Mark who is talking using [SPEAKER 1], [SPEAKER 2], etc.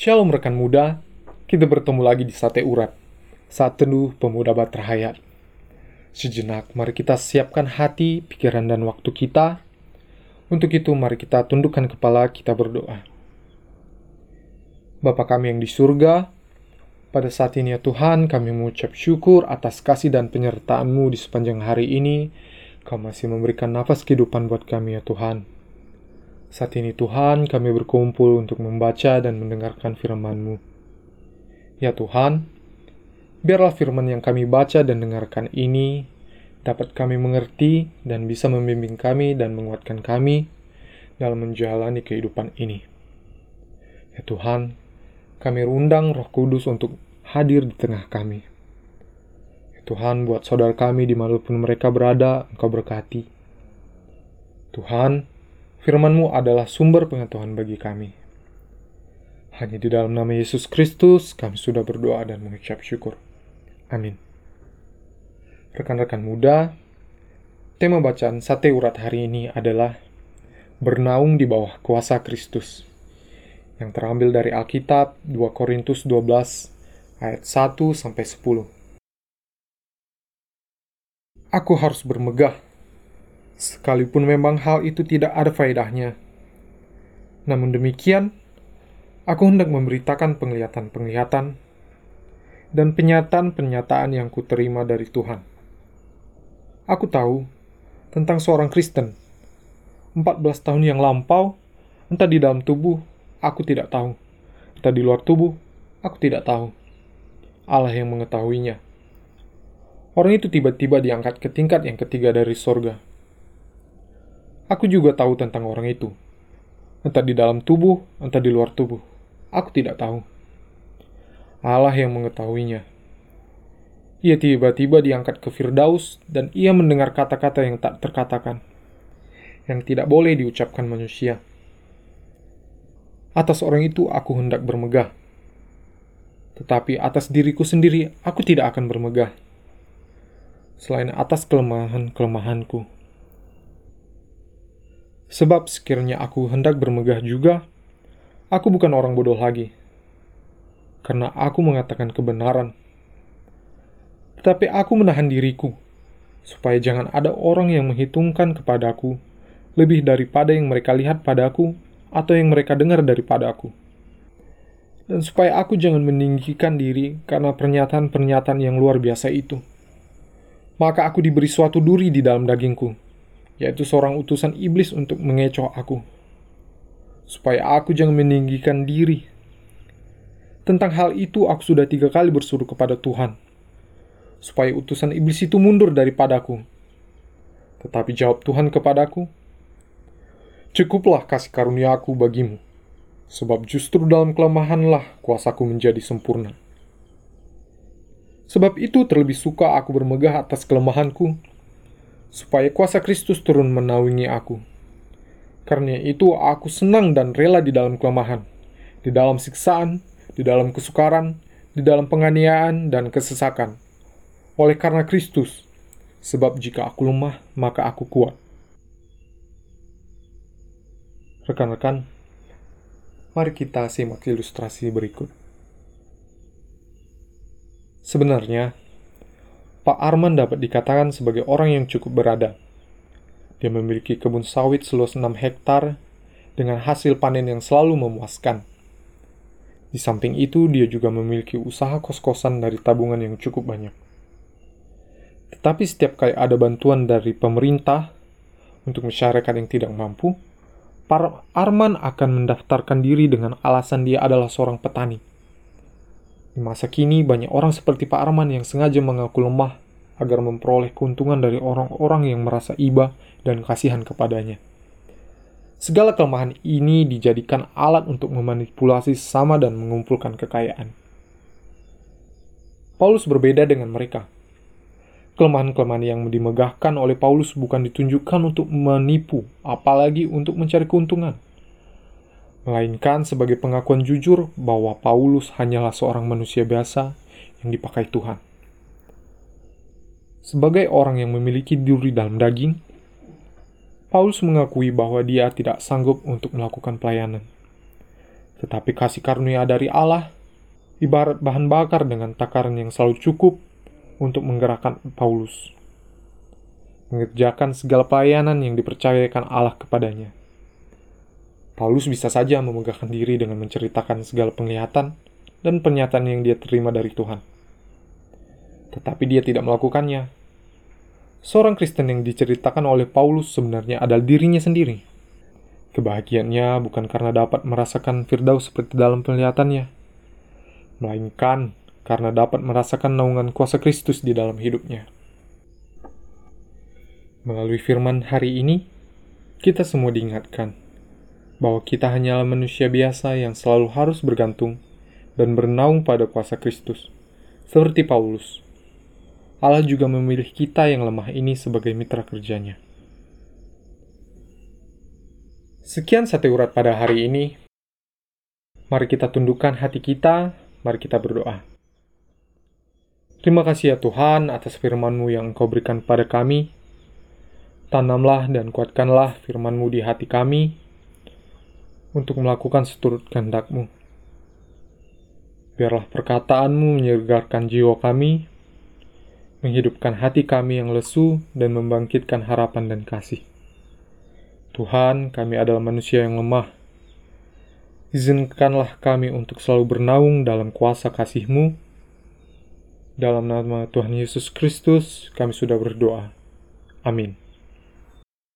[SPEAKER 1] Shalom rekan muda, kita bertemu lagi di Sate Urat, saat teduh pemuda Batrahayat. Sejenak, mari kita siapkan hati, pikiran, dan waktu kita. Untuk itu, mari kita tundukkan kepala, kita berdoa. Bapa kami yang di surga, pada saat ini ya Tuhan, kami mengucap syukur atas kasih dan penyertaan-Mu di sepanjang hari ini. Kau masih memberikan nafas kehidupan buat kami ya Tuhan. Saat ini Tuhan, kami berkumpul untuk membaca dan mendengarkan firman-Mu. Ya Tuhan, biarlah firman yang kami baca dan dengarkan ini dapat kami mengerti dan bisa membimbing kami dan menguatkan kami dalam menjalani kehidupan ini. Ya Tuhan, kami undang Roh Kudus untuk hadir di tengah kami. Ya Tuhan, buat saudara kami dimanapun mereka berada, Engkau berkati. Tuhan, firman-Mu adalah sumber pengetahuan bagi kami. Hanya di dalam nama Yesus Kristus kami sudah berdoa dan mengucap syukur. Amin. Rekan-rekan muda, tema bacaan Sate Urat hari ini adalah bernaung di bawah kuasa Kristus, yang terambil dari Alkitab 2 Korintus 12 ayat 1-10. Aku harus bermegah, sekalipun memang hal itu tidak ada faedahnya. Namun demikian, aku hendak memberitakan penglihatan-penglihatan dan penyataan-penyataan yang kuterima dari Tuhan. Aku tahu tentang seorang Kristen 14 tahun yang lampau, entah di dalam tubuh, aku tidak tahu. Entah di luar tubuh, aku tidak tahu. Allah yang mengetahuinya. Orang itu tiba-tiba diangkat ke tingkat yang ketiga dari sorga. Aku juga tahu tentang orang itu. Entah di dalam tubuh, entah di luar tubuh. Aku tidak tahu. Allah yang mengetahuinya. Ia tiba-tiba diangkat ke Firdaus dan ia mendengar kata-kata yang tak terkatakan, yang tidak boleh diucapkan manusia. Atas orang itu aku hendak bermegah. Tetapi atas diriku sendiri aku tidak akan bermegah, selain atas kelemahan-kelemahanku. Sebab sekiranya aku hendak bermegah juga, aku bukan orang bodoh lagi, karena aku mengatakan kebenaran. Tetapi aku menahan diriku, supaya jangan ada orang yang menghitungkan kepadaku lebih daripada yang mereka lihat padaku atau yang mereka dengar daripada aku. Dan supaya aku jangan meninggikan diri karena pernyataan-pernyataan yang luar biasa itu. Maka aku diberi suatu duri di dalam dagingku, yaitu seorang utusan iblis untuk mengecoh aku, supaya aku jangan meninggikan diri. Tentang hal itu aku sudah 3 kali bersuruh kepada Tuhan, supaya utusan iblis itu mundur daripadaku. Tetapi jawab Tuhan kepadaku, "Cukuplah kasih karuniaku bagimu, sebab justru dalam kelemahanlah kuasaku menjadi sempurna." Sebab itu terlebih suka aku bermegah atas kelemahanku, supaya kuasa Kristus turun menaungi aku. Karena itu aku senang dan rela di dalam kelemahan, di dalam siksaan, di dalam kesukaran, di dalam penganiayaan dan kesesakan. Oleh karena Kristus, sebab jika aku lemah, maka aku kuat. Rekan-rekan, mari kita simak ilustrasi berikut. Sebenarnya, Pak Arman dapat dikatakan sebagai orang yang cukup berada. Dia memiliki kebun sawit seluas 6 hektar dengan hasil panen yang selalu memuaskan. Di samping itu, dia juga memiliki usaha kos-kosan dari tabungan yang cukup banyak. Tetapi setiap kali ada bantuan dari pemerintah untuk masyarakat yang tidak mampu, Pak Arman akan mendaftarkan diri dengan alasan dia adalah seorang petani. Di masa kini, banyak orang seperti Pak Arman yang sengaja mengaku lemah agar memperoleh keuntungan dari orang-orang yang merasa iba dan kasihan kepadanya. Segala kelemahan ini dijadikan alat untuk memanipulasi sesama dan mengumpulkan kekayaan. Paulus berbeda dengan mereka. Kelemahan-kelemahan yang dimegahkan oleh Paulus bukan ditunjukkan untuk menipu, apalagi untuk mencari keuntungan, melainkan sebagai pengakuan jujur bahwa Paulus hanyalah seorang manusia biasa yang dipakai Tuhan. Sebagai orang yang memiliki duri dalam daging, Paulus mengakui bahwa dia tidak sanggup untuk melakukan pelayanan. Tetapi kasih karunia dari Allah ibarat bahan bakar dengan takaran yang selalu cukup untuk menggerakkan Paulus, mengerjakan segala pelayanan yang dipercayakan Allah kepadanya. Paulus bisa saja memegahkan diri dengan menceritakan segala penglihatan dan pernyataan yang dia terima dari Tuhan. Tetapi dia tidak melakukannya. Seorang Kristen yang diceritakan oleh Paulus sebenarnya adalah dirinya sendiri. Kebahagiaannya bukan karena dapat merasakan Firdaus seperti dalam penglihatannya, melainkan karena dapat merasakan naungan kuasa Kristus di dalam hidupnya. Melalui firman hari ini, kita semua diingatkan bahwa kita hanyalah manusia biasa yang selalu harus bergantung dan bernaung pada kuasa Kristus. Seperti Paulus, Allah juga memilih kita yang lemah ini sebagai mitra kerjanya. Sekian sate urat pada hari ini. Mari kita tundukkan hati kita, mari kita berdoa. Terima kasih ya Tuhan atas firman-Mu yang Engkau berikan pada kami. Tanamlah dan kuatkanlah firman-Mu di hati kami untuk melakukan seturut kehendak-Mu. Biarlah perkataan-Mu menyegarkan jiwa kami, menghidupkan hati kami yang lesu dan membangkitkan harapan dan kasih. Tuhan, kami adalah manusia yang lemah. Izinkanlah kami untuk selalu bernaung dalam kuasa kasih-Mu. Dalam nama Tuhan Yesus Kristus, kami sudah berdoa. Amin.